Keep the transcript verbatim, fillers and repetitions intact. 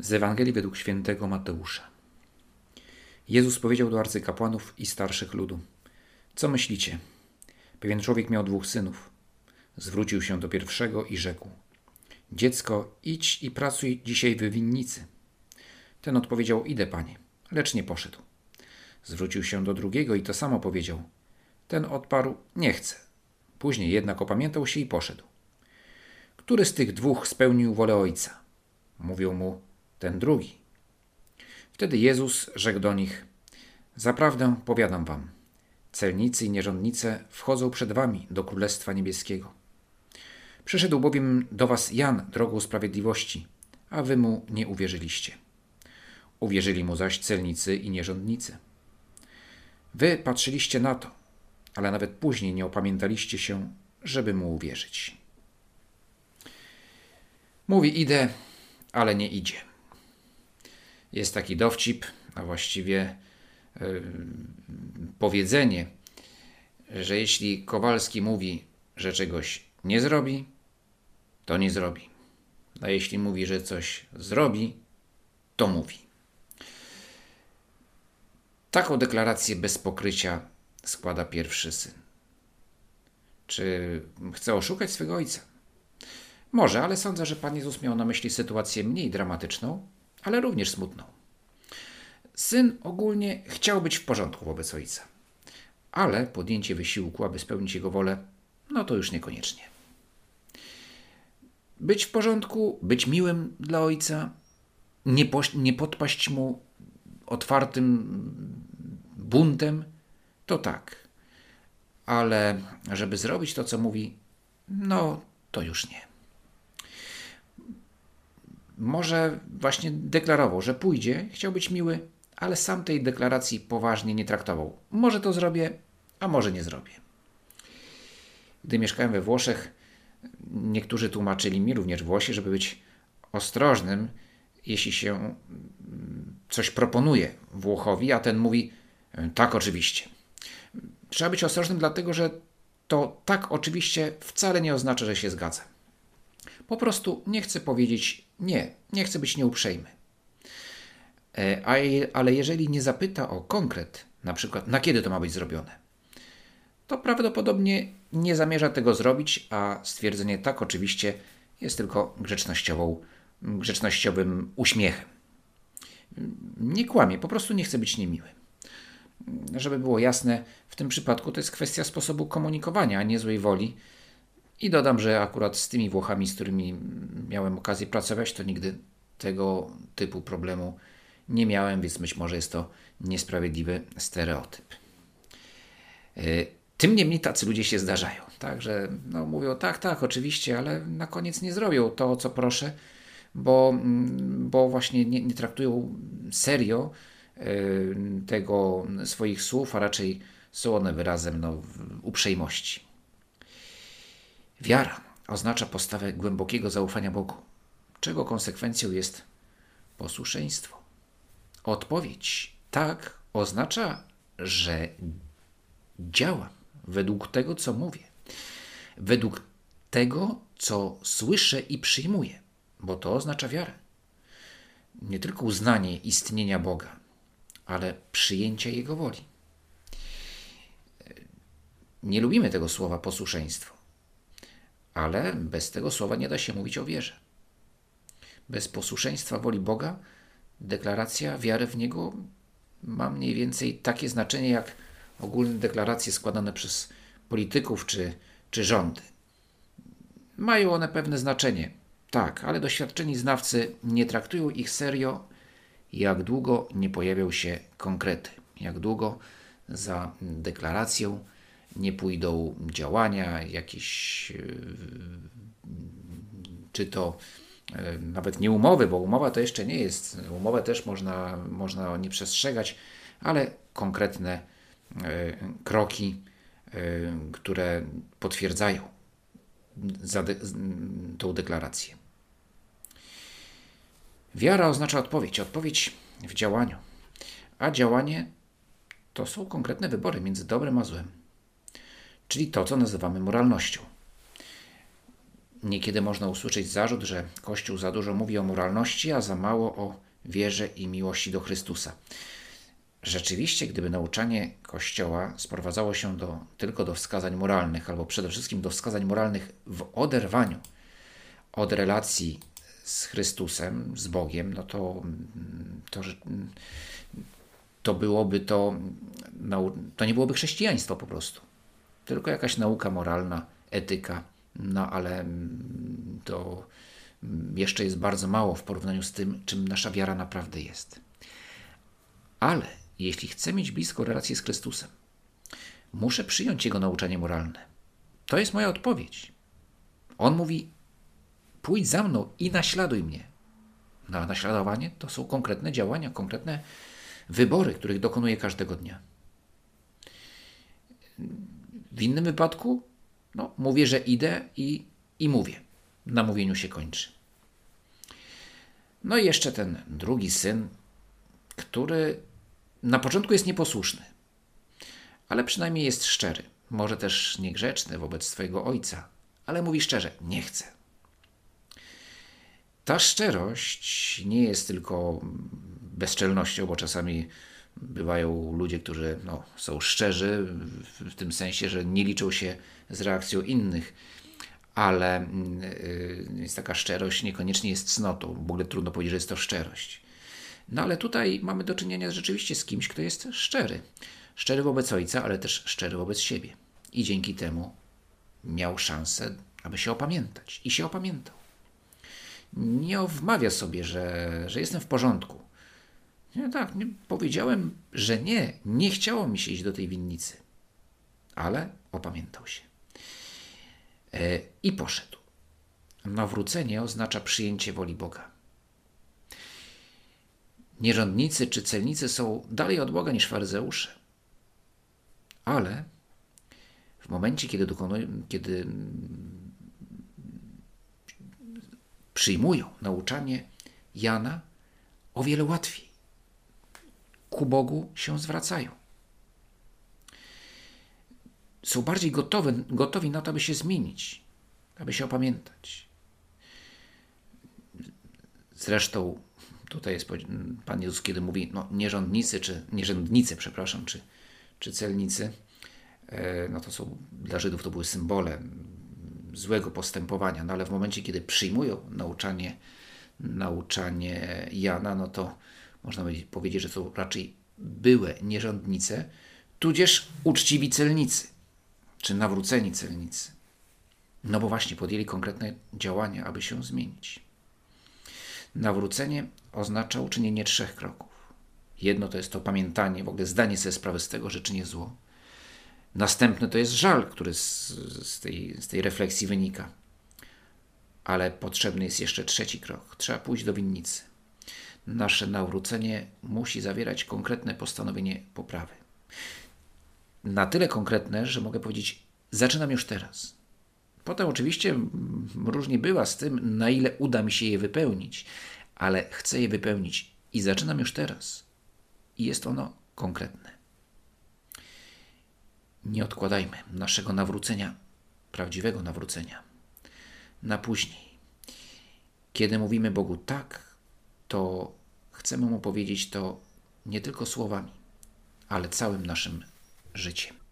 Z Ewangelii według świętego Mateusza. Jezus powiedział do arcykapłanów i starszych ludu: Co myślicie? Pewien człowiek miał dwóch synów. Zwrócił się do pierwszego i rzekł: Dziecko, idź i pracuj dzisiaj w winnicy. Ten odpowiedział: Idę, panie, lecz nie poszedł. Zwrócił się do drugiego i to samo powiedział. Ten odparł: Nie chcę. Później jednak opamiętał się i poszedł. Który z tych dwóch spełnił wolę ojca? Mówił mu: ten drugi. Wtedy Jezus rzekł do nich: Zaprawdę powiadam wam, celnicy i nierządnice wchodzą przed wami do Królestwa Niebieskiego. Przyszedł bowiem do was Jan drogą sprawiedliwości, a wy mu nie uwierzyliście. Uwierzyli mu zaś celnicy i nierządnicy. Wy patrzyliście na to, ale nawet później nie opamiętaliście się, żeby mu uwierzyć. Mówi: idę, ale nie idzie. Jest taki dowcip, a właściwie yy, powiedzenie, że jeśli Kowalski mówi, że czegoś nie zrobi, to nie zrobi. A jeśli mówi, że coś zrobi, to mówi. Taką deklarację bez pokrycia składa pierwszy syn. Czy chce oszukać swego ojca? Może, ale sądzę, że Pan Jezus miał na myśli sytuację mniej dramatyczną, ale również smutną. Syn ogólnie chciał być w porządku wobec ojca, ale podjęcie wysiłku, aby spełnić jego wolę, no to już niekoniecznie. Być w porządku, być miłym dla ojca, nie, poś- nie podpaść mu otwartym buntem, to tak. Ale żeby zrobić to, co mówi, no to już nie. Może właśnie deklarował, że pójdzie, chciał być miły, ale sam tej deklaracji poważnie nie traktował. Może to zrobię, a może nie zrobię. Gdy mieszkałem we Włoszech, niektórzy tłumaczyli mi, również Włosi, żeby być ostrożnym, jeśli się coś proponuje Włochowi, a ten mówi: tak, oczywiście. Trzeba być ostrożnym, dlatego że to tak oczywiście wcale nie oznacza, że się zgadza. Po prostu nie chcę powiedzieć nie, nie chcę być nieuprzejmy. Ale jeżeli nie zapyta o konkret, na przykład na kiedy to ma być zrobione, to prawdopodobnie nie zamierza tego zrobić, a stwierdzenie tak oczywiście jest tylko grzecznościową, grzecznościowym uśmiechem. Nie kłamie, po prostu nie chce być niemiły. Żeby było jasne, w tym przypadku to jest kwestia sposobu komunikowania, a nie złej woli. I dodam, że akurat z tymi Włochami, z którymi miałem okazję pracować, to nigdy tego typu problemu nie miałem, więc być może jest to niesprawiedliwy stereotyp. Tym niemniej tacy ludzie się zdarzają, tak, że no, mówią tak, tak, oczywiście, ale na koniec nie zrobią to, o co proszę, bo, bo właśnie nie, nie traktują serio tego swoich słów, a raczej są one wyrazem no, uprzejmości. Wiara oznacza postawę głębokiego zaufania Bogu, czego konsekwencją jest posłuszeństwo. Odpowiedź tak oznacza, że działam według tego, co mówię, według tego, co słyszę i przyjmuję, bo to oznacza wiarę. Nie tylko uznanie istnienia Boga, ale przyjęcie Jego woli. Nie lubimy tego słowa posłuszeństwo, ale bez tego słowa nie da się mówić o wierze. Bez posłuszeństwa woli Boga deklaracja wiary w Niego ma mniej więcej takie znaczenie jak ogólne deklaracje składane przez polityków czy, czy rządy. Mają one pewne znaczenie, tak, ale doświadczeni znawcy nie traktują ich serio, jak długo nie pojawią się konkrety, jak długo za deklaracją nie pójdą działania, jakieś czy to nawet nie umowy, bo umowa to jeszcze nie jest, umowę też można, można nie przestrzegać, ale konkretne kroki, które potwierdzają tą deklarację. Wiara oznacza odpowiedź, odpowiedź w działaniu, a działanie to są konkretne wybory między dobrem a złem, czyli to, co nazywamy moralnością. Niekiedy można usłyszeć zarzut, że Kościół za dużo mówi o moralności, a za mało o wierze i miłości do Chrystusa. Rzeczywiście, gdyby nauczanie Kościoła sprowadzało się do, tylko do wskazań moralnych, albo przede wszystkim do wskazań moralnych w oderwaniu od relacji z Chrystusem, z Bogiem, no to, to, to byłoby to, to nie byłoby chrześcijaństwo po prostu. Tylko jakaś nauka moralna, etyka, no ale to jeszcze jest bardzo mało w porównaniu z tym, czym nasza wiara naprawdę jest. Ale jeśli chcę mieć bliską relację z Chrystusem, muszę przyjąć Jego nauczanie moralne. To jest moja odpowiedź. On mówi: pójdź za mną i naśladuj mnie. No, a naśladowanie to są konkretne działania, konkretne wybory, których dokonuję każdego dnia. W innym wypadku no, mówię, że idę i, i mówię. Na mówieniu się kończy. No i jeszcze ten drugi syn, który na początku jest nieposłuszny, ale przynajmniej jest szczery. Może też niegrzeczny wobec swojego ojca, ale mówi szczerze: nie chcę. Ta szczerość nie jest tylko bezczelnością, bo czasami bywają ludzie, którzy no, są szczerzy w, w tym sensie, że nie liczą się z reakcją innych, ale yy, jest taka szczerość, niekoniecznie jest cnotą. W ogóle trudno powiedzieć, że jest to szczerość. No ale tutaj mamy do czynienia rzeczywiście z kimś, kto jest szczery. Szczery wobec ojca, ale też szczery wobec siebie. I dzięki temu miał szansę, aby się opamiętać. I się opamiętał. Nie wmawia sobie, że, że jestem w porządku. Nie, tak, nie, powiedziałem, że nie. Nie chciało mi się iść do tej winnicy. Ale opamiętał się. E, I poszedł. Nawrócenie oznacza przyjęcie woli Boga. Nierządnicy czy celnicy są dalej od Boga niż faryzeusze. Ale w momencie, kiedy, dokonują, kiedy przyjmują nauczanie Jana, o wiele łatwiej ku Bogu się zwracają. Są bardziej gotowi, gotowi na to, aby się zmienić, aby się opamiętać. Zresztą tutaj jest Pan Jezus, kiedy mówi no, nierządnicy, czy nierzędnicy, przepraszam, czy, czy celnicy, no to są, dla Żydów to były symbole złego postępowania, no ale w momencie, kiedy przyjmują nauczanie, nauczanie Jana, no to można powiedzieć, że są raczej byłe nierządnice, tudzież uczciwi celnicy, czy nawróceni celnicy. No bo właśnie podjęli konkretne działania, aby się zmienić. Nawrócenie oznacza uczynienie trzech kroków. Jedno to jest to pamiętanie, w ogóle zdanie sobie sprawy z tego, że czynię zło. Następny to jest żal, który z, z, tej, z tej refleksji wynika. Ale potrzebny jest jeszcze trzeci krok. Trzeba pójść do winnicy. Nasze nawrócenie musi zawierać konkretne postanowienie poprawy. Na tyle konkretne, że mogę powiedzieć: zaczynam już teraz. Potem oczywiście różnie bywa z tym, na ile uda mi się je wypełnić, ale chcę je wypełnić i zaczynam już teraz. I jest ono konkretne. Nie odkładajmy naszego nawrócenia, prawdziwego nawrócenia, na później. Kiedy mówimy Bogu tak, to chcemy Mu powiedzieć to nie tylko słowami, ale całym naszym życiem.